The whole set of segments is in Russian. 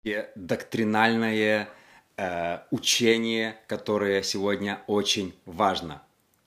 доктринальное учение, которое сегодня очень важно.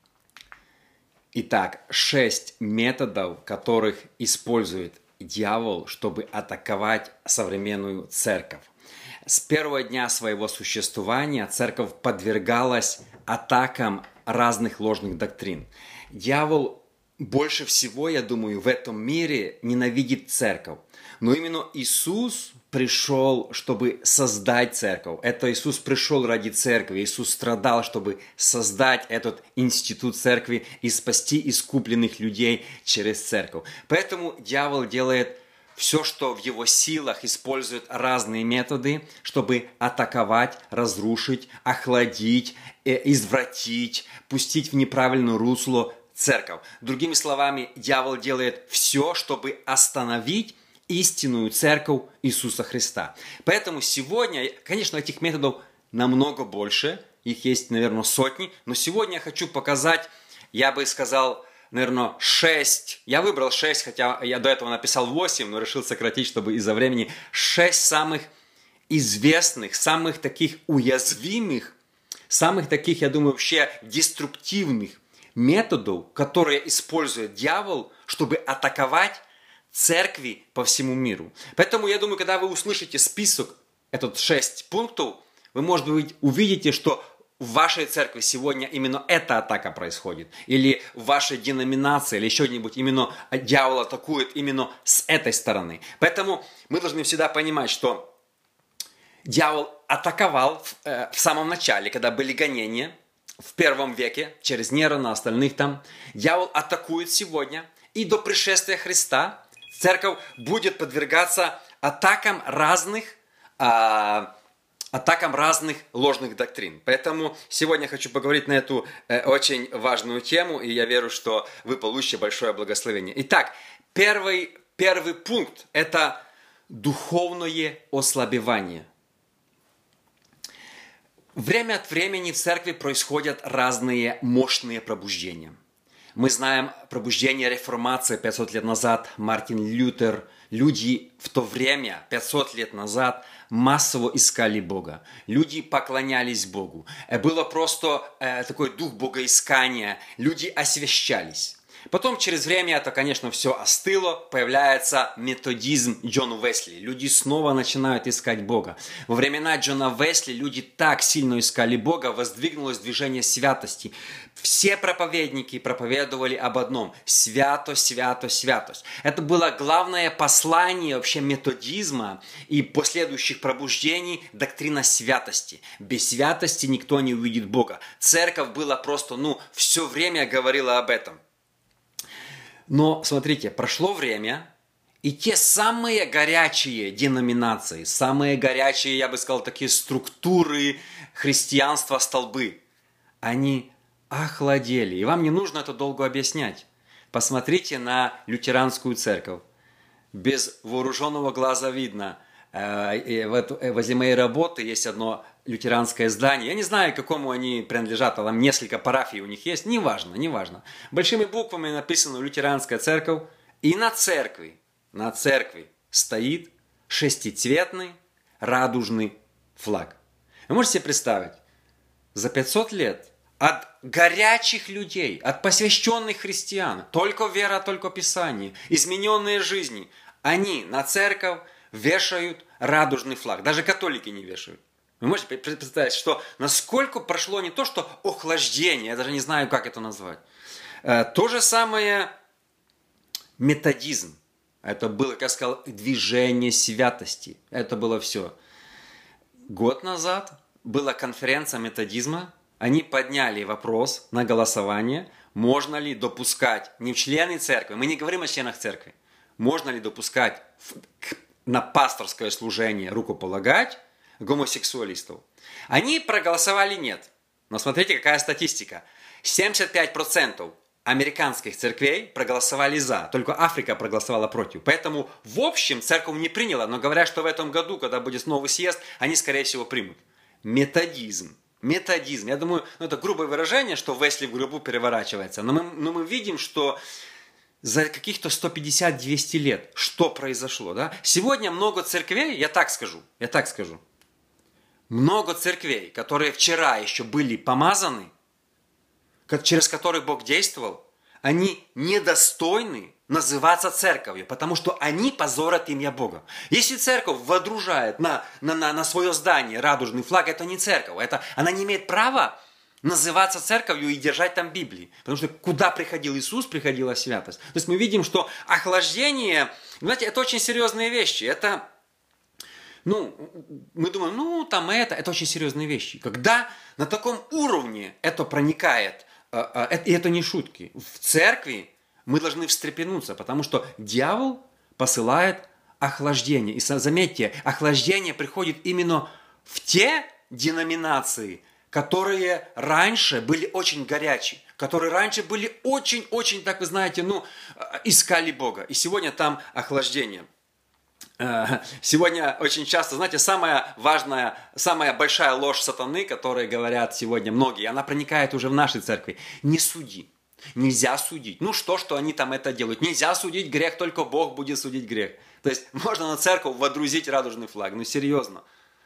Итак, 6 методов, которых использует дьявол, чтобы атаковать современную церковь. С первого дня своего существования церковь подвергалась атакам разных ложных доктрин. Дьявол больше всего, я думаю, в этом мире ненавидит церковь. Но именно Иисус пришел, чтобы создать церковь. Это Иисус пришел ради церкви. Иисус страдал, чтобы создать этот институт церкви и спасти искупленных людей через церковь. Поэтому дьявол делает все, что в его силах, использует разные методы, чтобы атаковать, разрушить, охладить, извратить, пустить в неправильное русло церковь. Другими словами, дьявол делает все, чтобы остановить истинную церковь Иисуса Христа. Поэтому сегодня, конечно, этих методов намного больше, их есть, наверное, сотни, но сегодня я хочу показать, я бы сказал, наверное, 6. Я выбрал 6, хотя я до этого написал 8, но решил сократить, чтобы из-за времени 6 самых известных, самых таких уязвимых, самых таких, я думаю, вообще деструктивных методов, которые использует дьявол, чтобы атаковать церкви по всему миру. Поэтому я думаю, когда вы услышите список, этот 6 пунктов, вы, может быть, увидите, что в вашей церкви сегодня именно эта атака происходит. Или в вашей деноминации, или еще где-нибудь именно дьявол атакует именно с этой стороны. Поэтому мы должны всегда понимать, что дьявол атаковал в самом начале, когда были гонения, в первом веке, через Нерона, остальных там. Дьявол атакует сегодня. И до пришествия Христа церковь будет подвергаться атакам разных ложных доктрин. Поэтому сегодня я хочу поговорить на эту очень важную тему, и я верю, что вы получите большое благословение. Итак, первый пункт – это духовное ослабевание. Время от времени в церкви происходят разные мощные пробуждения. Мы знаем пробуждение реформации 500 лет назад, Мартин Лютер. Люди в то время, 500 лет назад, массово искали Бога. Люди поклонялись Богу. Было просто такой дух богоискания. Люди освящались. Потом через время это, конечно, все остыло, появляется методизм Джона Уэсли. Люди снова начинают искать Бога. Во времена Джона Уэсли люди так сильно искали Бога, воздвигнулось движение святости. Все проповедники проповедовали об одном – свято, свято, святость. Это было главное послание вообще методизма и последующих пробуждений – доктрина святости. Без святости никто не увидит Бога. Церковь была просто, все время говорила об этом. Но, смотрите, прошло время, и те самые горячие деноминации, самые горячие, я бы сказал, такие структуры христианства, столбы, они охладели. И вам не нужно это долго объяснять. Посмотрите на лютеранскую церковь. Без вооруженного глаза видно. Возле моей работы есть одно лютеранское здание. Я не знаю, к какому они принадлежат, а там несколько парафий у них есть. Неважно. Большими буквами написано лютеранская церковь. И на церкви стоит шестицветный радужный флаг. Вы можете себе представить, за 500 лет от горячих людей, от посвященных христиан, только вера, только Писание, измененные жизни, они на церковь вешают радужный флаг. Даже католики не вешают. Вы можете представить, что насколько прошло не то, что охлаждение, я даже не знаю, как это назвать. То же самое методизм. Это было, как я сказал, движение святости. Это было все. Год назад была конференция методизма. Они подняли вопрос на голосование, можно ли допускать не в члены церкви, мы не говорим о членах церкви, можно ли допускать на пасторское служение рукополагать гомосексуалистов. Они проголосовали нет. Но смотрите, какая статистика. 75% американских церквей проголосовали за. Только Африка проголосовала против. Поэтому в общем церковь не приняла. Но говорят, что в этом году, когда будет новый съезд, они скорее всего примут. Методизм. Я думаю, это грубое выражение, что Уэсли в гробу переворачивается. Но мы видим, что за каких-то 150-200 лет, что произошло. Да? Сегодня много церквей, я так скажу, много церквей, которые вчера еще были помазаны, через которых Бог действовал, они недостойны называться церковью, потому что они позорят имя Бога. Если церковь водружает на свое здание радужный флаг, это не церковь, она не имеет права называться церковью и держать там Библии. Потому что куда приходил Иисус, приходила святость. То есть мы видим, что охлаждение, знаете, это очень серьезные вещи. Это, мы думаем, это очень серьезные вещи. Когда на таком уровне это проникает, и это не шутки, в церкви мы должны встрепенуться, потому что дьявол посылает охлаждение. И заметьте, охлаждение приходит именно в те деноминации, которые раньше были очень горячие, которые раньше были очень-очень, так вы знаете, искали Бога. И сегодня там охлаждение. Сегодня очень часто, знаете, самая важная, самая большая ложь сатаны, которую говорят сегодня многие, она проникает уже в наши церкви. Не суди. Нельзя судить. Что они там это делают? Нельзя судить грех, только Бог будет судить грех. То есть можно на церковь водрузить радужный флаг. Серьезно.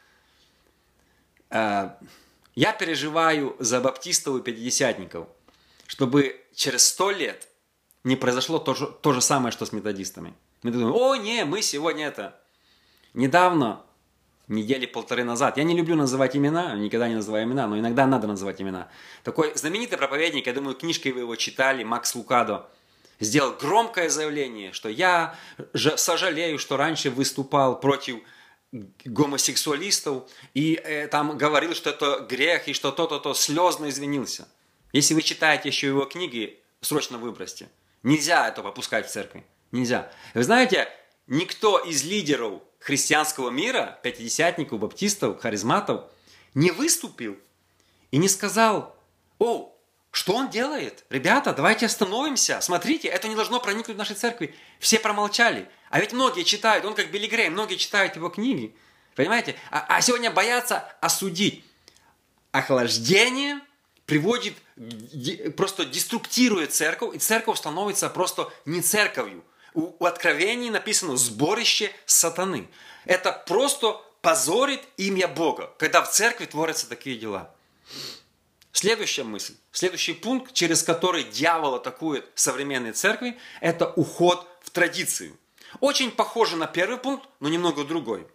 Я переживаю за баптистов и пятидесятников, чтобы через 100 лет не произошло то же самое, что с методистами. Мы думаем, мы сегодня это. Недавно, недели полторы назад, я не люблю называть имена, никогда не называю имена, но иногда надо называть имена. Такой знаменитый проповедник, я думаю, книжкой вы его читали, Макс Лукадо, сделал громкое заявление, что я сожалею, что раньше выступал против гомосексуалистов и там говорил, что это грех и что то-то, слезно извинился. Если вы читаете еще его книги, срочно выбросьте. Нельзя это попускать в церкви. Нельзя. Вы знаете, никто из лидеров христианского мира, пятидесятников, баптистов, харизматов, не выступил и не сказал, что он делает? Ребята, давайте остановимся. Смотрите, это не должно проникнуть в нашей церкви. Все промолчали. А ведь многие читают, он как Билли Грэм, многие читают его книги. Понимаете? А сегодня боятся осудить. Охлаждение приводит, просто деструктирует церковь, и церковь становится просто не церковью. У Откровений написано «сборище сатаны». Это просто позорит имя Бога, когда в церкви творятся такие дела. Следующая мысль, следующий пункт, через который дьявол атакует современные церкви, это уход в традицию. Очень похоже на первый пункт, но немного другой.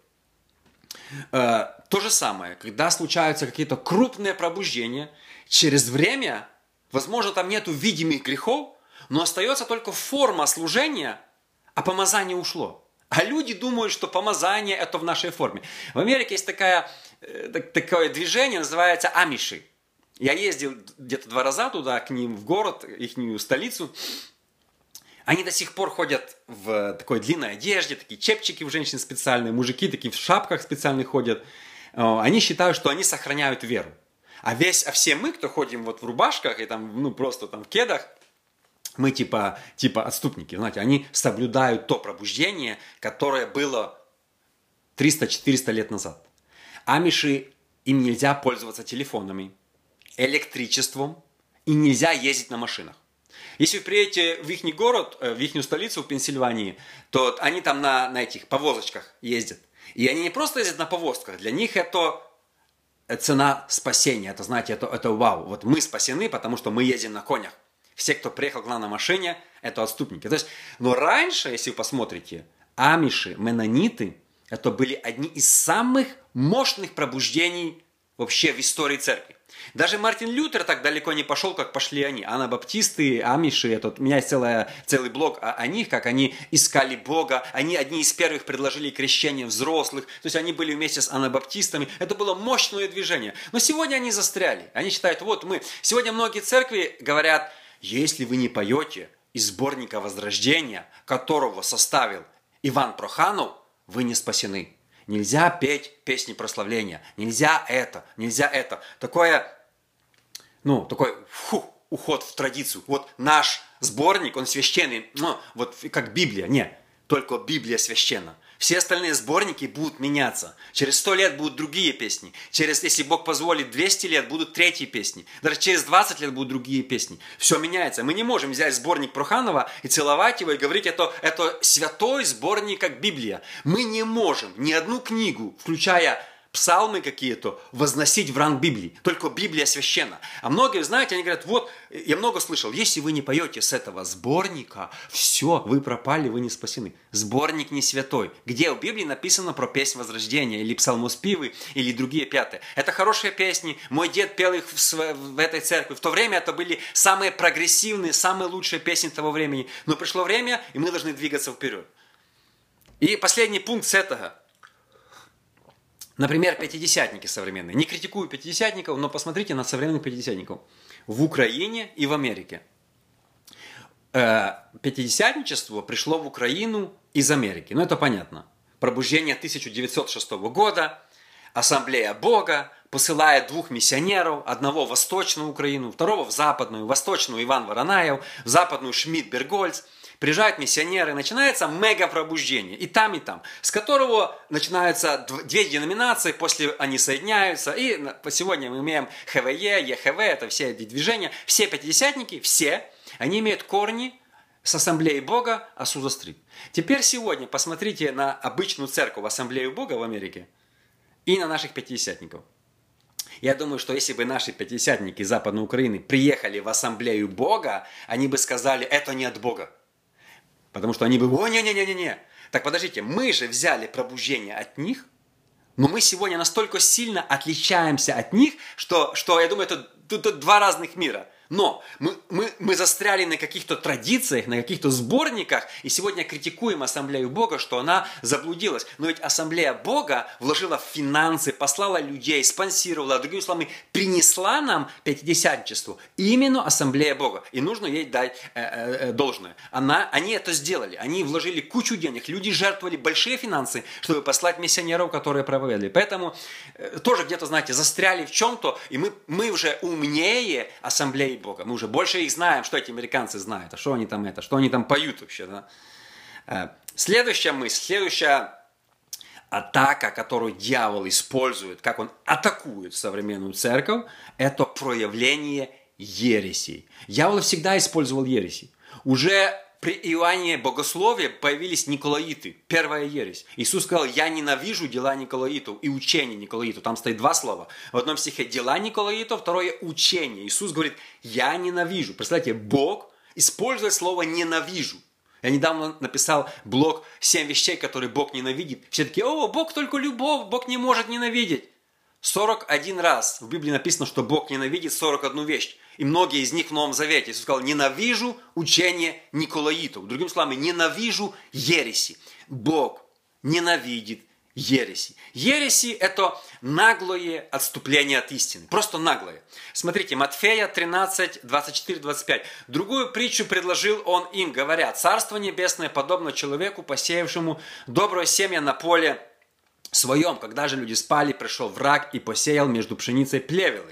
То же самое, когда случаются какие-то крупные пробуждения, через время, возможно, там нету видимых грехов, но остается только форма служения, а помазание ушло. А люди думают, что помазание это в нашей форме. В Америке есть такое движение, называется амиши. Я ездил где-то 2 раза туда, к ним в город, их столицу. Они до сих пор ходят в такой длинной одежде, такие чепчики у женщин специальные, мужики такие в шапках специальных ходят. Они считают, что они сохраняют веру. А все мы, кто ходим в рубашках и там, просто там в кедах, мы типа отступники. Знаете, они соблюдают то пробуждение, которое было 300-400 лет назад. Амиши, им нельзя пользоваться телефонами, электричеством, и нельзя ездить на машинах. Если вы приедете в их город, в их столицу, в Пенсильвании, то они там на этих повозочках ездят. И они не просто ездят на повозках, для них это цена спасения. Это, знаете, это вау. Вот мы спасены, потому что мы ездим на конях. Все, кто приехал к нам на машине, это отступники. То есть, но раньше, если вы посмотрите, амиши, менониты, это были одни из самых мощных пробуждений вообще в истории церкви. Даже Мартин Лютер так далеко не пошел, как пошли они. Анабаптисты, амиши, у меня есть целый блог о них, как они искали Бога. Они одни из первых предложили крещение взрослых. То есть они были вместе с анабаптистами. Это было мощное движение. Но сегодня они застряли. Они считают, Сегодня многие церкви говорят, если вы не поете из сборника Возрождения, которого составил Иван Проханов, вы не спасены. Нельзя петь песни прославления. Нельзя это. Такой уход в традицию. Вот наш сборник, он священный, вот как Библия. Нет. только Библия священна. Все остальные сборники будут меняться. Через 100 лет будут другие песни. Если Бог позволит, 200 лет будут третьи песни. Даже через 20 лет будут другие песни. Все меняется. Мы не можем взять сборник Проханова и целовать его, и говорить, это святой сборник, как Библия. Мы не можем ни одну книгу, включая псалмы какие-то, возносить в ранг Библии. Только Библия священна. А многие, знаете, они говорят, вот, я много слышал, если вы не поете с этого сборника, все, вы пропали, вы не спасены. Сборник не святой. Где в Библии написано про песнь Возрождения, или псалмоспевы, или другие пятые. Это хорошие песни. Мой дед пел их в этой церкви. В то время это были самые прогрессивные, самые лучшие песни того времени. Но пришло время, и мы должны двигаться вперед. И последний пункт с этого. Например, пятидесятники современные. Не критикую пятидесятников, но посмотрите на современных пятидесятников. В Украине и в Америке. Пятидесятничество пришло в Украину из Америки. Ну, это понятно. Пробуждение 1906 года, Ассамблея Бога посылает 2 миссионеров, одного в Восточную Украину, второго в Западную, в Восточную Иван Воронаев, в Западную Шмидт Бергольц. Приезжают миссионеры, начинается мега-пробуждение, и там, с которого начинаются 2 деноминации, после они соединяются, и сегодня мы имеем ХВЕ, ЕХВ, это все эти движения, все пятидесятники, все, они имеют корни с Ассамблеи Бога Азуза-стрит. Теперь сегодня посмотрите на обычную церковь, Ассамблею Бога в Америке, и на наших пятидесятников. Я думаю, что если бы наши пятидесятники из Западной Украины приехали в Ассамблею Бога, они бы сказали, это не от Бога. Потому что они бы, не. Так подождите, мы же взяли пробуждение от них, но мы сегодня настолько сильно отличаемся от них, что я думаю, это 2 разных мира. Но мы застряли на каких-то традициях, на каких-то сборниках, и сегодня критикуем Ассамблею Бога, что она заблудилась. Но ведь Ассамблея Бога вложила в финансы, послала людей, спонсировала, другими словами, принесла нам пятидесятничество. Именно Ассамблея Бога. И нужно ей дать должное. Они это сделали. Они вложили кучу денег. Люди жертвовали большие финансы, чтобы послать миссионеров, которые проповедовали. Поэтому тоже где-то, знаете, застряли в чем-то, и мы уже умнее Ассамблеи Бога. Мы уже больше их знаем, что эти американцы знают, а что они там поют вообще. Да? Следующая мысль, следующая атака, которую дьявол использует, как он атакует современную церковь, это проявление ересей. Дьявол всегда использовал ереси. Уже при Иоанне Богословия появились николаиты, первая ересь. Иисус сказал, я ненавижу дела николаитов и учение николаитов. Там стоит 2 слова. В одном стихе дела николаитов, второе учение. Иисус говорит, я ненавижу. Представляете, Бог использует слово ненавижу. Я недавно написал блог 7 вещей, которые Бог ненавидит. Все такие, Бог только любовь, Бог не может ненавидеть. 41 раз в Библии написано, что Бог ненавидит 41 вещь. И многие из них в Новом Завете. Иисус сказал, ненавижу учение николаитов. Другими словами, ненавижу ереси. Бог ненавидит ереси. Ереси – это наглое отступление от истины. Просто наглое. Смотрите, Матфея 13, 24-25. Другую притчу предложил он им, говоря, «Царство небесное подобно человеку, посеявшему доброе семя на поле своем. Когда же люди спали, пришел враг и посеял между пшеницей плевелы.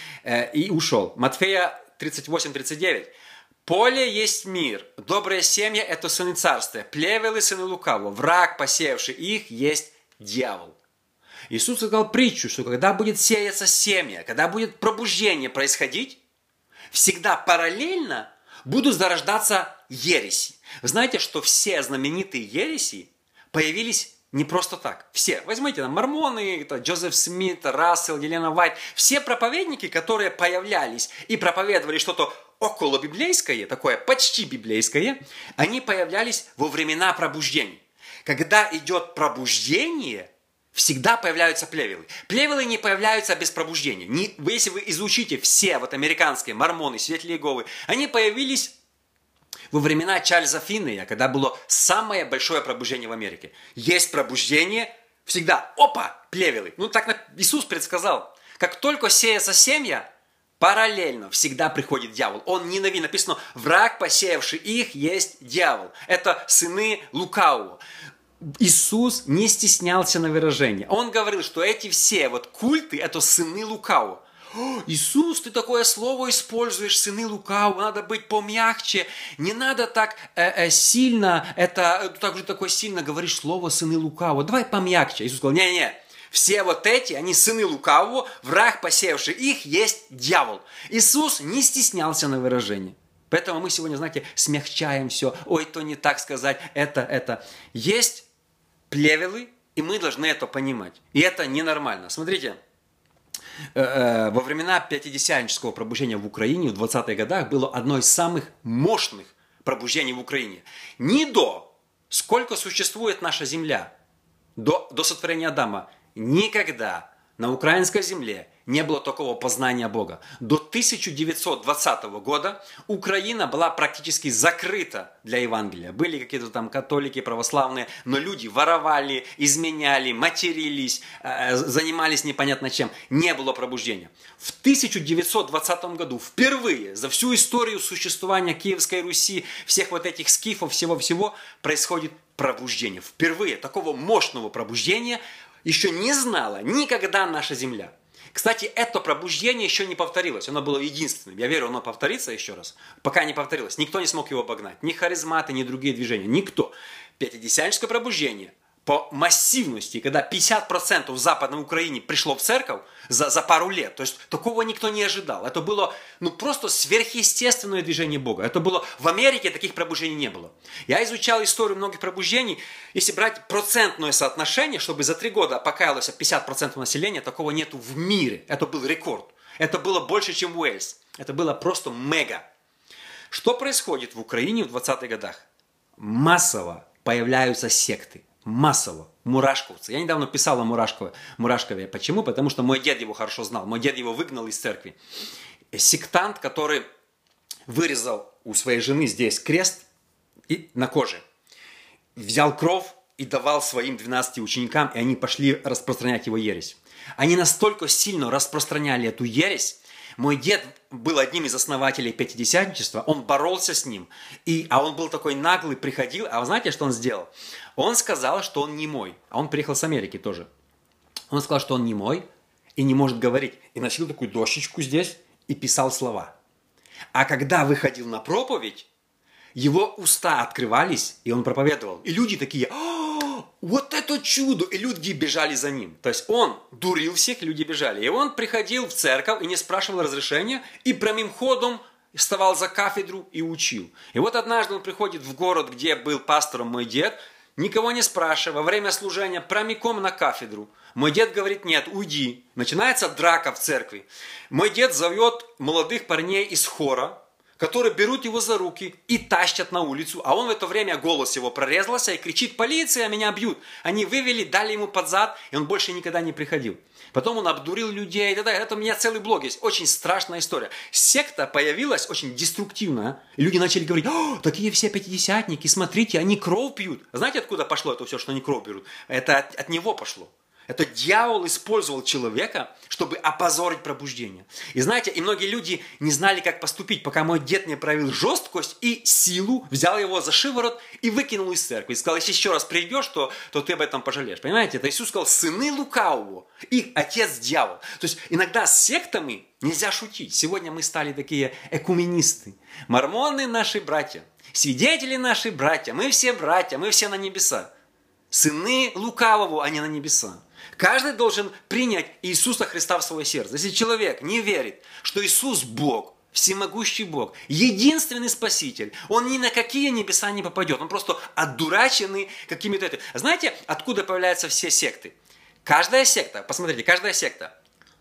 И ушел». Матфея 38-39. «Поле есть мир, доброе семя – это сыны царствия, плевелы – сыны лукавого, враг, посеявший их, есть дьявол». Иисус сказал притчу, что когда будет сеяться семя, когда будет пробуждение происходить, всегда параллельно будут зарождаться ереси. Вы знаете, что все знаменитые ереси появились не просто так. Все. Возьмите там мормоны, Джозеф Смит, Рассел, Елена Уайт. Все проповедники, которые появлялись и проповедовали что-то около библейское, такое почти библейское, они появлялись во времена пробуждений. Когда идет пробуждение, всегда появляются плевелы. Плевелы не появляются без пробуждения. Если вы изучите все американские мормоны, Светлые Иеговы, они появились во времена Чарльза Финнея, когда было самое большое пробуждение в Америке. Есть пробуждение, всегда, плевелы. Так Иисус предсказал. Как только сеется семя, параллельно всегда приходит дьявол. Он ненавидит. Написано, враг, посеявший их, есть дьявол. Это сыны лукавого. Иисус не стеснялся на выражение. Он говорил, что эти все культы, это сыны лукавого. Иисус, ты такое слово используешь, сыны лукавого, надо быть помягче, не надо так сильно, такое сильно говоришь слово сыны лукавого, давай помягче. Иисус сказал, не-не, все вот эти, они сыны лукавого, враг, посеявший их, есть дьявол. Иисус не стеснялся на выражении. Поэтому мы сегодня, знаете, смягчаем все. Ой, то не так сказать, это. Есть плевелы, и мы должны это понимать. И это ненормально. Смотрите, во времена пятидесятнического пробуждения в Украине в 20-х годах было одно из самых мощных пробуждений в Украине. Сколько существует наша земля, до сотворения Адама, никогда на украинской земле не было такого познания Бога. До 1920 года Украина была практически закрыта для Евангелия. Были какие-то там католики, православные, но люди воровали, изменяли, матерились, занимались непонятно чем. Не было пробуждения. В 1920 году впервые за всю историю существования Киевской Руси, всех вот этих скифов, всего-всего, происходит пробуждение. Впервые такого мощного пробуждения еще не знала никогда наша земля. Кстати, это пробуждение еще не повторилось. Оно было единственным. Я верю, оно повторится еще раз. Пока не повторилось. Никто не смог его обогнать. Ни харизматы, ни другие движения. Никто. Пятидесятническое пробуждение по массивности, когда 50% в Западной Украине пришло в церковь за пару лет. То есть такого никто не ожидал. Это было просто сверхъестественное движение Бога. Это было в Америке, таких пробуждений не было. Я изучал историю многих пробуждений. Если брать процентное соотношение, чтобы за 3 года покаялось 50% населения, такого нету в мире. Это был рекорд. Это было больше, чем Уэльс. Это было просто мега. Что происходит в Украине в 20-х годах? Массово появляются секты. Массово. Мурашковцы. Я недавно писал о Мурашкове. Почему? Потому что мой дед его хорошо знал. Мой дед его выгнал из церкви. Сектант, который вырезал у своей жены здесь крест на коже. Взял кровь и давал своим 12 ученикам, и они пошли распространять его ересь. Они настолько сильно распространяли эту ересь. Мой дед был одним из основателей пятидесятничества, он боролся с ним, а он был такой наглый, приходил, а вы знаете, что он сделал? Он сказал, что он немой, а он приехал с Америки тоже. Он сказал, что он немой и не может говорить, и носил такую дощечку здесь и писал слова. А когда выходил на проповедь, его уста открывались, и он проповедовал. И люди такие, вот это чудо! И люди бежали за ним. То есть он дурил всех, люди бежали. И он приходил в церковь и не спрашивал разрешения, и прямым ходом вставал за кафедру и учил. И вот однажды он приходит в город, где был пастором мой дед, никого не спрашивая, во время служения прямиком на кафедру. Мой дед говорит, нет, уйди. Начинается драка в церкви. Мой дед зовет молодых парней из хора, которые берут его за руки и тащат на улицу, а он в это время, голос его прорезался и кричит, полиция, меня бьют. Они вывели, дали ему под зад, и он больше никогда не приходил. Потом он обдурил людей, это у меня целый блог есть, очень страшная история. Секта появилась очень деструктивная, и люди начали говорить, такие все пятидесятники, смотрите, они кровь пьют. Знаете, откуда пошло это все, что они кровь берут? Это от него пошло. Это дьявол использовал человека, чтобы опозорить пробуждение. И знаете, и многие люди не знали, как поступить, пока мой дед не проявил жесткость и силу, взял его за шиворот и выкинул из церкви. И сказал, если еще раз придешь, то ты об этом пожалеешь. Понимаете, это Иисус сказал, сыны лукавого, их отец дьявол. То есть иногда с сектами нельзя шутить. Сегодня мы стали такие экуменисты. Мормоны наши братья, свидетели наши братья, мы все на небеса. Сыны лукавого, а не на небеса. Каждый должен принять Иисуса Христа в свое сердце. Если человек не верит, что Иисус Бог, всемогущий Бог, единственный Спаситель, он ни на какие небеса не попадет. Он просто одураченный какими-то... Знаете, откуда появляются все секты? Каждая секта, посмотрите, каждая секта,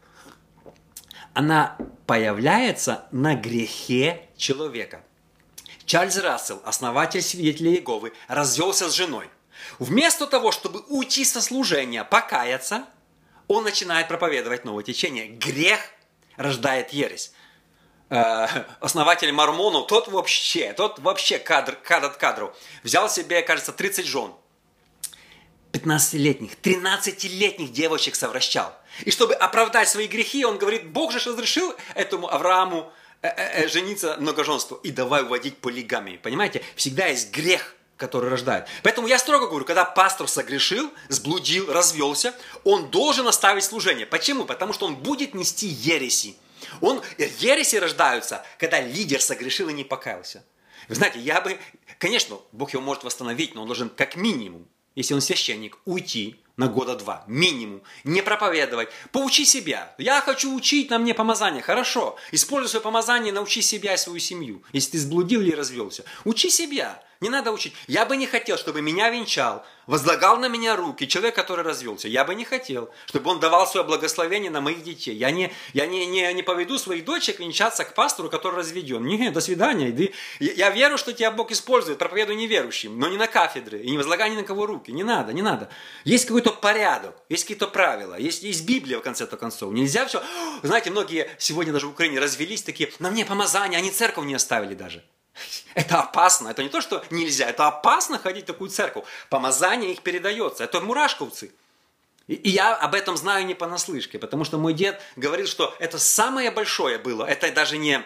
она появляется на грехе человека. Чарльз Рассел, основатель Свидетелей Иеговы, развелся с женой. Вместо того, чтобы уйти со служения, покаяться, он начинает проповедовать новое течение. Грех рождает ересь. Основатель мормонов, тот вообще кадр от кадру. Взял себе, кажется, 30 жен. 15-летних, 13-летних девочек совращал. И чтобы оправдать свои грехи, он говорит, Бог же разрешил этому Аврааму жениться многоженству. И давай уводить полигамию. Понимаете, всегда есть грех, который рождает. Поэтому я строго говорю, когда пастор согрешил, сблудил, развелся, он должен оставить служение. Почему? Потому что он будет нести ереси. Ереси рождаются, когда лидер согрешил и не покаялся. Вы знаете, конечно, Бог его может восстановить, но он должен как минимум, если он священник, уйти на года 2, минимум, не проповедовать, поучи себя. Я хочу учить, на мне помазание, хорошо. Используй свое помазание, научи себя и свою семью. Если ты сблудил или развелся, учи себя, не надо учить. Я бы не хотел, чтобы меня венчал, возлагал на меня руки человек, который развелся. Я бы не хотел, чтобы он давал свое благословение на моих детей. Я не поведу своих дочек венчаться к пастору, который разведен. Нет, до свидания. Я верю, что тебя Бог использует, проповедуй неверующим, но не на кафедре, и не возлагай ни на кого руки. Не надо. Есть какой-то порядок, есть какие-то правила, есть Библия в конце-то концов. Нельзя все... Знаете, многие сегодня даже в Украине развелись такие, на мне помазание, они церковь не оставили даже. Это опасно. Это не то, что нельзя. Это опасно ходить в такую церковь. Помазание их передается. Это мурашковцы. И я об этом знаю не понаслышке. Потому что мой дед говорил, что это самое большое было. Это даже не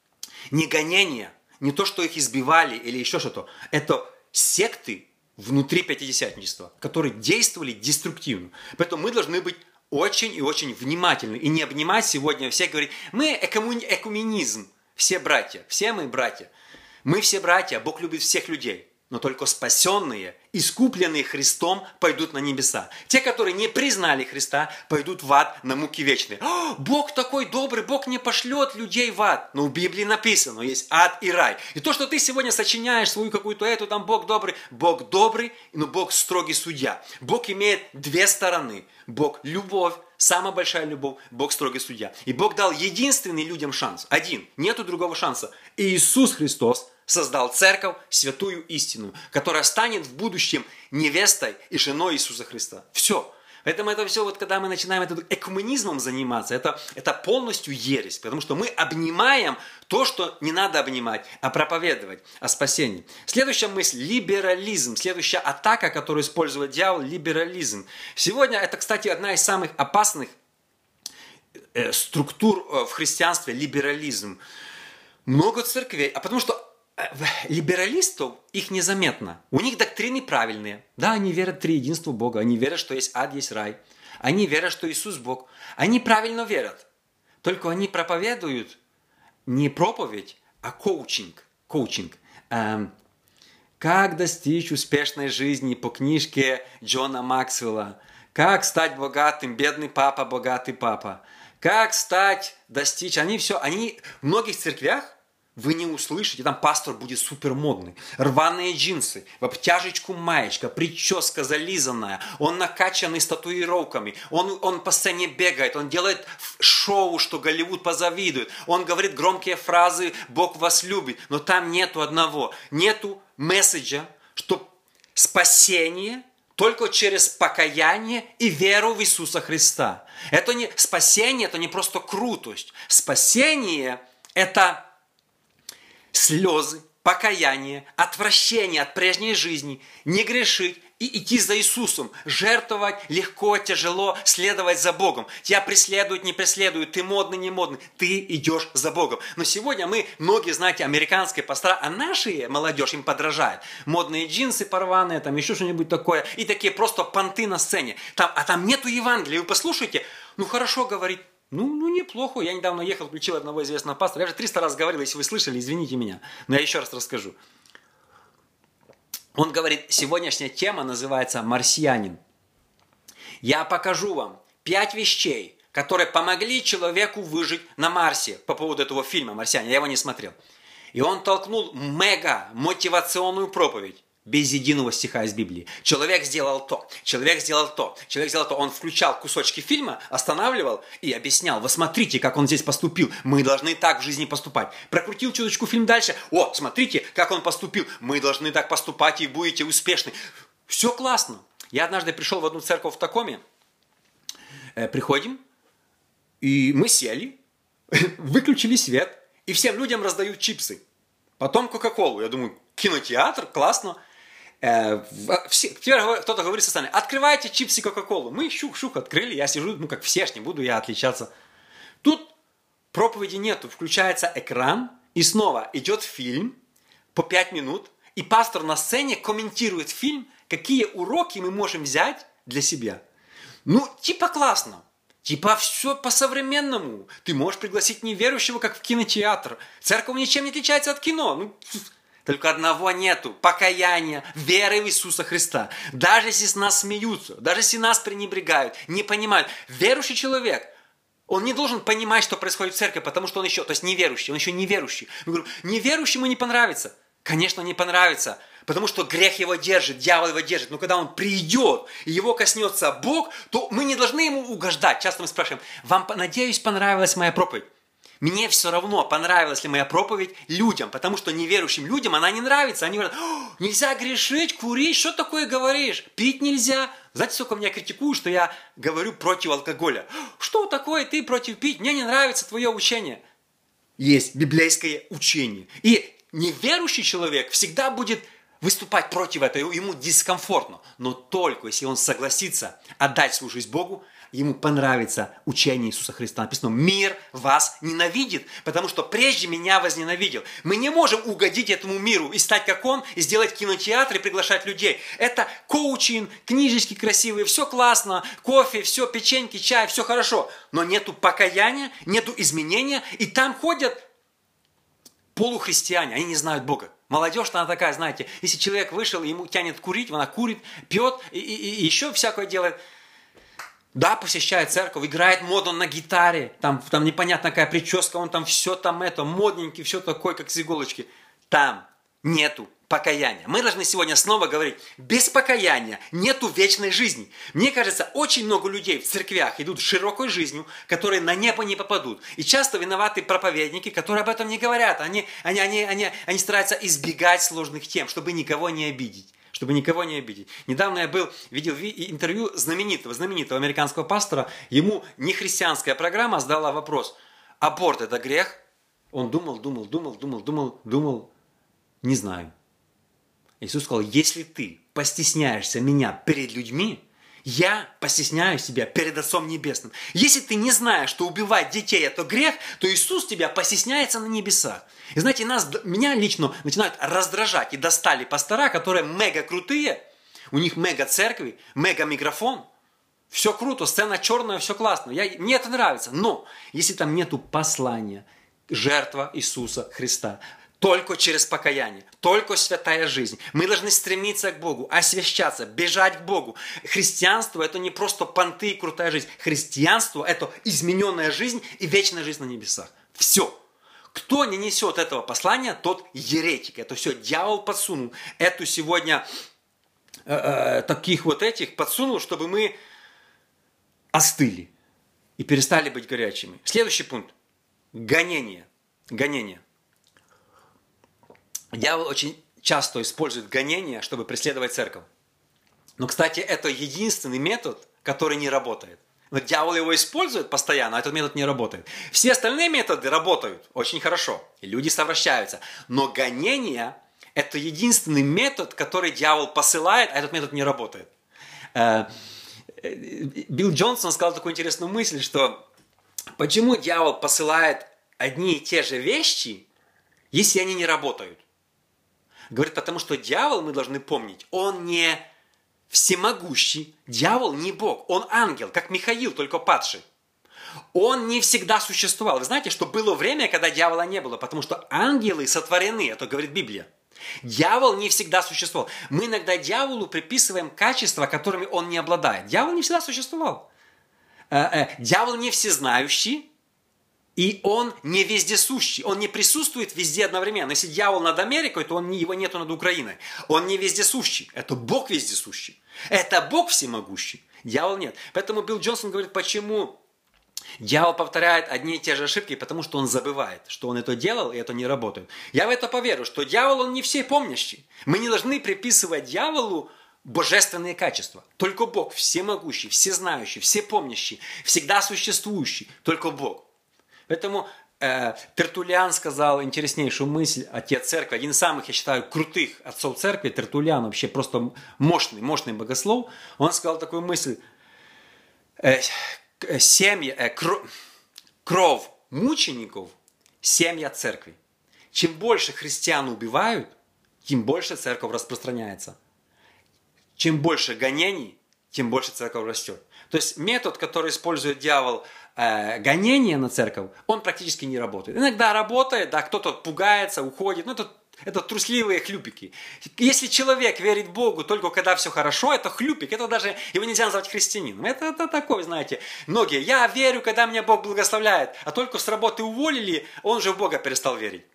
гонение. Не то, что их избивали или еще что-то. Это секты внутри пятидесятничества, которые действовали деструктивно. Поэтому мы должны быть очень и очень внимательны. И не обнимать сегодня всех, говорить, мы экуменизм. Все братья, все мы братья. Мы все братья, Бог любит всех людей, но только спасенные, искупленные Христом пойдут на небеса. Те, которые не признали Христа, пойдут в ад на муки вечные. Бог такой добрый, Бог не пошлет людей в ад. Но в Библии написано, есть ад и рай. И то, что ты сегодня сочиняешь свою какую-то там Бог добрый, но Бог строгий судья. Бог имеет две стороны. Бог любовь, самая большая любовь, Бог строгий судья. И Бог дал единственный людям шанс. Один, нету другого шанса. И Иисус Христос создал церковь, святую истину, которая станет в будущем невестой и женой Иисуса Христа. Все. Поэтому это все, когда мы начинаем экуменизмом заниматься, это полностью ересь, потому что мы обнимаем то, что не надо обнимать, а проповедовать о спасении. Следующая мысль – либерализм. Следующая атака, которую использует дьявол – либерализм. Сегодня это, кстати, одна из самых опасных структур в христианстве – либерализм. Много церквей, потому что либералистов их незаметно. У них доктрины правильные. Да, они верят в триединство Бога. Они верят, что есть ад, есть рай. Они верят, что Иисус Бог. Они правильно верят. Только они проповедуют не проповедь, а коучинг. Как достичь успешной жизни по книжке Джона Максвелла. Как стать богатым, бедный папа, богатый папа. Как достичь. Они в многих церквях вы не услышите, там пастор будет супер модный. Рваные джинсы, в обтяжечку маечка, прическа зализанная, он накачанный с татуировками, он по сцене бегает, он делает шоу, что Голливуд позавидует, он говорит громкие фразы «Бог вас любит», но там нету одного, нету месседжа, что спасение только через покаяние и веру в Иисуса Христа. Спасение, это не просто крутость. Спасение – это слезы, покаяние, отвращение от прежней жизни, не грешить и идти за Иисусом, жертвовать легко, тяжело, следовать за Богом. Тебя преследуют, не преследуют, ты модный, не модный, ты идешь за Богом. Но сегодня многие, знаете, американские пастора, а наши молодежь им подражает. Модные джинсы порваные, там еще что-нибудь такое, и такие просто понты на сцене. Там нету Евангелия, вы послушайте, хорошо говорит. Неплохо. Я недавно ехал, включил одного известного пастора. Я уже 300 раз говорил, если вы слышали, извините меня. Но я еще раз расскажу. Он говорит, сегодняшняя тема называется «Марсианин». Я покажу вам 5 вещей, которые помогли человеку выжить на Марсе по поводу этого фильма «Марсианин». Я его не смотрел. И он толкнул мега-мотивационную проповедь. Без единого стиха из Библии. Человек сделал то, человек сделал то, человек сделал то. Он включал кусочки фильма, останавливал и объяснял. Вы смотрите, как он здесь поступил. Мы должны так в жизни поступать. Прокрутил чуточку фильм дальше. Смотрите, как он поступил. Мы должны так поступать и будете успешны. Все классно. Я однажды пришел в одну церковь в Такоме. Приходим, и мы сели, выключили свет, и всем людям раздают чипсы. Потом Кока-Колу. Я думаю, кинотеатр, классно. Теперь кто-то говорит со стороны, открывайте чипсы Кока-Колу. Мы шух-шух открыли, я сижу, как все, не буду я отличаться. Тут проповеди нету, включается экран, и снова идет фильм по 5 минут, и пастор на сцене комментирует фильм, какие уроки мы можем взять для себя. Классно. Типа все по-современному. Ты можешь пригласить неверующего, как в кинотеатр. Церковь ничем не отличается от кино. Ну, только одного нету. Покаяния, веры в Иисуса Христа. Даже если с нас смеются, даже если нас пренебрегают, не понимают. Верующий человек, он не должен понимать, что происходит в церкви, потому что он еще, то есть неверующий, он еще неверующий. Мы говорим, неверующему не понравится. Конечно, не понравится, потому что грех его держит, дьявол его держит. Но когда он придет, и его коснется Бог, то мы не должны ему угождать. Часто мы спрашиваем, вам, надеюсь, понравилась моя проповедь? Мне все равно, понравилась ли моя проповедь людям, потому что неверующим людям она не нравится. Они говорят, нельзя грешить, курить, что такое говоришь? Пить нельзя. Знаете, сколько меня критикуют, что я говорю против алкоголя? Что такое ты против пить? Мне не нравится твое учение. Есть библейское учение. И неверующий человек всегда будет выступать против этого, ему дискомфортно. Но только если он согласится отдать свою жизнь Богу, ему понравится учение Иисуса Христа. Написано, мир вас ненавидит, потому что прежде меня возненавидел. Мы не можем угодить этому миру и стать как он, и сделать кинотеатр и приглашать людей. Это коучинг, книжечки красивые, все классно, кофе, все, печеньки, чай, все хорошо. Но нету покаяния, нету изменения, и там ходят полухристиане, они не знают Бога. Молодежь, она такая, знаете, если человек вышел, ему тянет курить, она курит, пьет и еще всякое делает. Да, посещает церковь, играет модно на гитаре, там непонятно какая прическа, он там все там это, модненький, все такое, как с иголочки. Там нету покаяния. Мы должны сегодня снова говорить, без покаяния нету вечной жизни. Мне кажется, очень много людей в церквях идут широкой жизнью, которые на небо не попадут. И часто виноваты проповедники, которые об этом не говорят. Они стараются избегать сложных тем, чтобы никого не обидеть. Недавно я видел интервью знаменитого американского пастора. Ему нехристианская программа задала вопрос: аборт это грех? Он думал, не знаю. Иисус сказал, если ты постесняешься меня перед людьми, я постесняюсь тебя перед Отцом Небесным. Если ты не знаешь, что убивать детей это грех, то Иисус тебя постесняется на небесах. И знаете, меня лично начинают раздражать и достали пастора, которые мега крутые, у них мега церкви, мега микрофон. Все круто, сцена черная, все классно. Мне это нравится. Но если там нету послания, жертва Иисуса Христа, только через покаяние, только святая жизнь. Мы должны стремиться к Богу, освящаться, бежать к Богу. Христианство – это не просто понты и крутая жизнь. Христианство – это измененная жизнь и вечная жизнь на небесах. Все. Кто не несет этого послания, тот еретик. Это все дьявол подсунул. Эту сегодня таких вот этих подсунул, чтобы мы остыли и перестали быть горячими. Следующий пункт. Гонение. Дьявол очень часто использует гонения, чтобы преследовать церковь. Но, кстати, это единственный метод, который не работает. Но дьявол его использует постоянно, а этот метод не работает. Все остальные методы работают очень хорошо, и люди совращаются. Но гонение – это единственный метод, который дьявол посылает, а этот метод не работает. Билл Джонсон сказал такую интересную мысль, что почему дьявол посылает одни и те же вещи, если они не работают? Говорит, потому что дьявол, мы должны помнить, он не всемогущий. Дьявол не Бог, он ангел, как Михаил, только падший. Он не всегда существовал. Вы знаете, что было время, когда дьявола не было, потому что ангелы сотворены, это говорит Библия. Дьявол не всегда существовал. Мы иногда дьяволу приписываем качества, которыми он не обладает. Дьявол не всегда существовал. Дьявол не всезнающий. И он не вездесущий, он не присутствует везде одновременно. Если дьявол над Америкой, то его нету над Украиной. Он не вездесущий, это Бог вездесущий. Это Бог всемогущий, дьявол нет. Поэтому Билл Джонсон говорит, почему дьявол повторяет одни и те же ошибки, потому что он забывает, что он это делал, и это не работает. Я в это поверю, что дьявол, он не всепомнящий. Мы не должны приписывать дьяволу божественные качества. Только Бог всемогущий, всезнающий, всепомнящий, всегда существующий, только Бог. Поэтому Тертуллиан сказал интереснейшую мысль, отец церкви, один из самых, я считаю, крутых отцов церкви, Тертуллиан, вообще просто мощный богослов, он сказал такую мысль, кровь мучеников, семья церкви. Чем больше христиан убивают, тем больше церковь распространяется. Чем больше гонений, тем больше церковь растет. То есть метод, который использует дьявол, гонение на церковь, он практически не работает. Иногда работает, да, кто-то пугается, уходит, но это трусливые хлюпики. Если человек верит Богу только когда все хорошо, это хлюпик, это даже его нельзя назвать христианином. Это такой, знаете, многие, я верю, когда меня Бог благословляет, а только с работы уволили, он же в Бога перестал верить.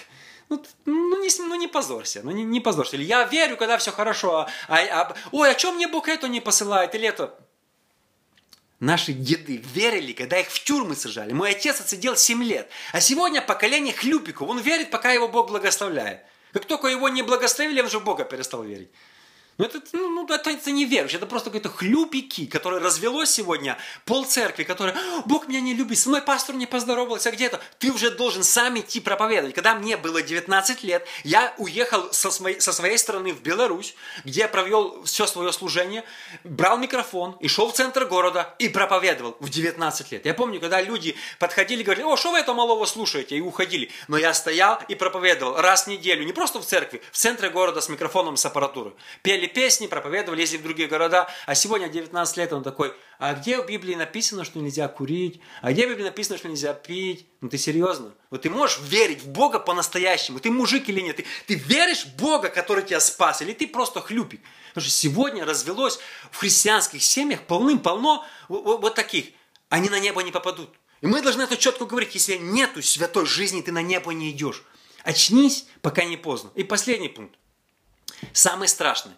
Не позорься, не позорься. Или я верю, когда все хорошо, ой, а что мне Бог это не посылает, или это... Наши деды верили, когда их в тюрьмы сажали. Мой отец отсидел 7 лет. А сегодня поколение хлюпиков. Он верит, пока его Бог благословляет. Как только его не благословили, он же в Бога перестал верить. Это не верующий, это просто какие-то хлюпики, которые развелось сегодня полцеркви, которые, Бог меня не любит, со мной пастор не поздоровался где-то. Ты уже должен сам идти проповедовать. Когда мне было 19 лет, я уехал со своей стороны в Беларусь, где я провел все свое служение, брал микрофон и шел в центр города и проповедовал в 19 лет. Я помню, когда люди подходили и говорили, что вы это малого слушаете, и уходили. Но я стоял и проповедовал раз в неделю, не просто в церкви, в центре города с микрофоном, с аппаратурой. Пели песни, проповедовали, ездили в другие города, а сегодня 19 лет он такой, а где в Библии написано, что нельзя курить? А где в Библии написано, что нельзя пить? Ты серьезно? Ты можешь верить в Бога по-настоящему? Ты мужик или нет? Ты веришь в Бога, который тебя спас? Или ты просто хлюпик? Потому что сегодня развелось в христианских семьях полным-полно вот таких. Они на небо не попадут. И мы должны это четко говорить, если нету святой жизни, ты на небо не идешь. Очнись, пока не поздно. И последний пункт. Самый страшный,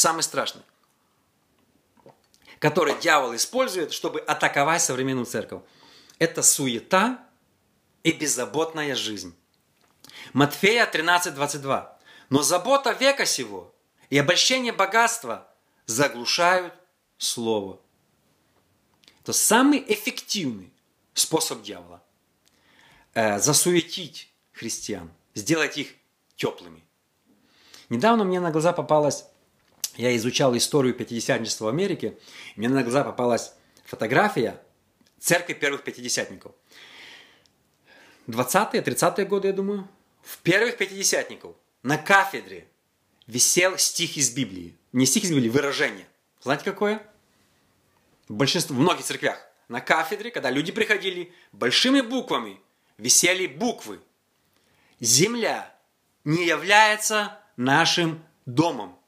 который дьявол использует, чтобы атаковать современную церковь. Это суета и беззаботная жизнь. Матфея 13:22. Но забота века сего и обольщение богатства заглушают слово. Это самый эффективный способ дьявола. Засуетить христиан, сделать их теплыми. Недавно мне на глаза попалась, я изучал историю пятидесятничества в Америке, мне на глаза попалась фотография церкви первых пятидесятников. 20-е, 30-е годы, я думаю. В первых пятидесятников на кафедре висел стих из Библии. Не стих из Библии, выражение. Знаете какое? В многих церквях. На кафедре, когда люди приходили, большими буквами висели буквы. Земля не является нашим домом.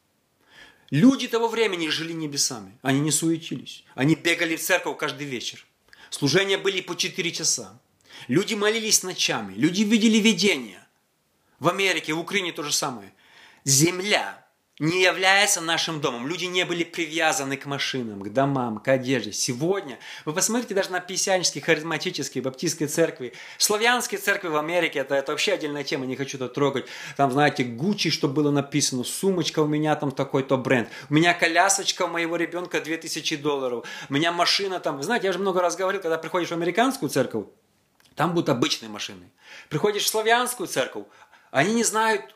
Люди того времени жили небесами. Они не суетились. Они бегали в церковь каждый вечер. Служения были по 4 часа. Люди молились ночами. Люди видели видения. В Америке, в Украине то же самое. Земля не является нашим домом. Люди не были привязаны к машинам, к домам, к одежде. Сегодня, вы посмотрите даже на пятидесятнические, харизматические, баптистские церкви. Славянские церкви в Америке, это вообще отдельная тема, не хочу это трогать. Там, знаете, Гуччи, что было написано, сумочка у меня там такой-то бренд. У меня колясочка у моего ребенка $2000. У меня машина там, знаете, я уже много раз говорил, когда приходишь в американскую церковь, там будут обычные машины. Приходишь в славянскую церковь, они не знают,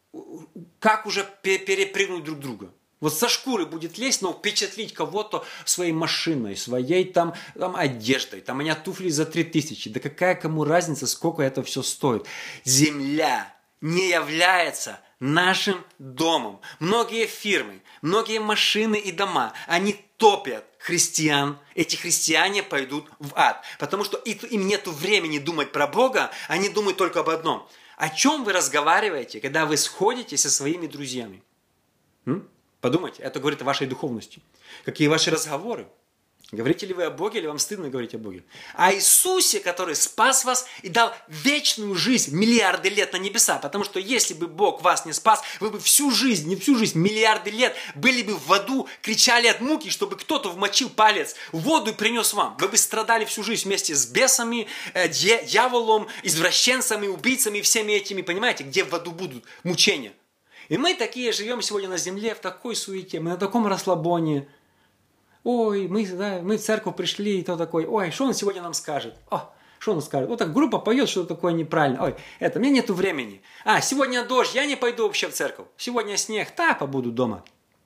как уже перепрыгнуть друг друга. Вот со шкуры будет лезть, но впечатлить кого-то своей машиной, своей там одеждой. Там у меня туфли за 3000. Да какая кому разница, сколько это все стоит. Земля не является нашим домом. Многие фирмы, многие машины и дома, они топят христиан. Эти христиане пойдут в ад. Потому что им нет времени думать про Бога, они думают только об одном. О чем вы разговариваете, когда вы сходите со своими друзьями? Подумайте, это говорит о вашей духовности. Какие ваши разговоры? Говорите ли вы о Боге, или вам стыдно говорить о Боге? О Иисусе, который спас вас и дал вечную жизнь, миллиарды лет на небеса. Потому что если бы Бог вас не спас, вы бы всю жизнь, миллиарды лет были бы в аду, кричали от муки, чтобы кто-то вмочил палец в воду и принес вам. Вы бы страдали всю жизнь вместе с бесами, дьяволом, извращенцами, убийцами и всеми этими, понимаете, где в аду будут мучения. И мы такие живем сегодня на земле в такой суете, мы на таком расслабоне. Ой, мы в церковь пришли, и то такой, ой, что он сегодня нам скажет? Что он скажет? Вот так группа поет, что такое неправильно. Ой, мне нету времени. Сегодня дождь, я не пойду вообще в церковь. Сегодня снег, побуду дома.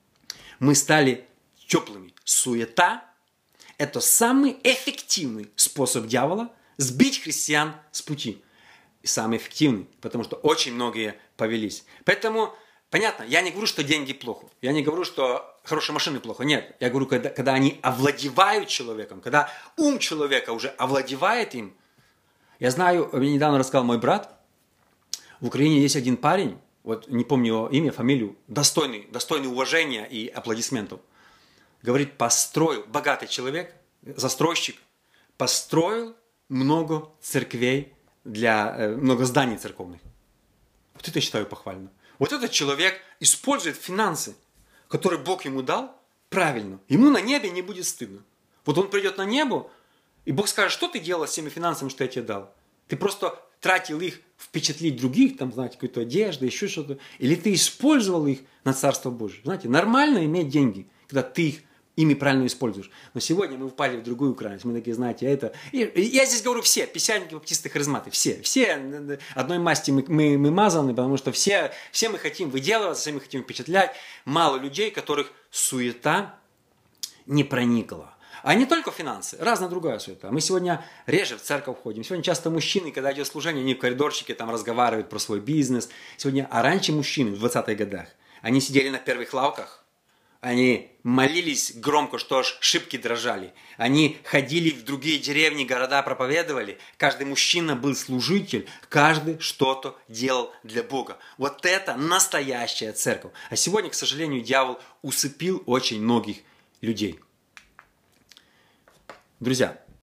Мы стали теплыми. Суета – это самый эффективный способ дьявола сбить христиан с пути. И самый эффективный, потому что очень многие повелись. Поэтому Понятно? Я не говорю, что деньги плохо. Я не говорю, что хорошие машины плохо. Нет. Я говорю, когда они овладевают человеком, когда ум человека уже овладевает им. Я знаю, мне недавно рассказал мой брат, в Украине есть один парень, вот не помню его имя, фамилию, достойный уважения и аплодисментов. Говорит, построил, богатый человек, застройщик, построил много церквей, много зданий церковных. Вот это считаю похвально. Вот этот человек использует финансы, которые Бог ему дал, правильно. Ему на небе не будет стыдно. Вот он придет на небо, и Бог скажет, что ты делал с теми финансами, что я тебе дал? Ты просто тратил их впечатлить других, там, знаете, какую-то одежду, еще что-то. Или ты использовал их на Царство Божие. Знаете, нормально иметь деньги, когда ты ими правильно используешь. Но сегодня мы упали в другую крайность. Мы такие, знаете, это... И я здесь говорю все, писянники, баптисты, харизматы, все одной масти мы мазаны, потому что все мы хотим выделываться, все мы хотим впечатлять. Мало людей, которых суета не проникла. А не только финансы, разная другая суета. Мы сегодня реже в церковь ходим. Сегодня часто мужчины, когда идет служение, они в коридорчике там разговаривают про свой бизнес. А раньше мужчины в 20-х годах, они сидели на первых лавках, они молились громко, что аж шибки дрожали. Они ходили в другие деревни, города, проповедовали. Каждый мужчина был служитель, каждый что-то делал для Бога. Вот это настоящая церковь. А сегодня, к сожалению, дьявол усыпил очень многих людей. Друзья,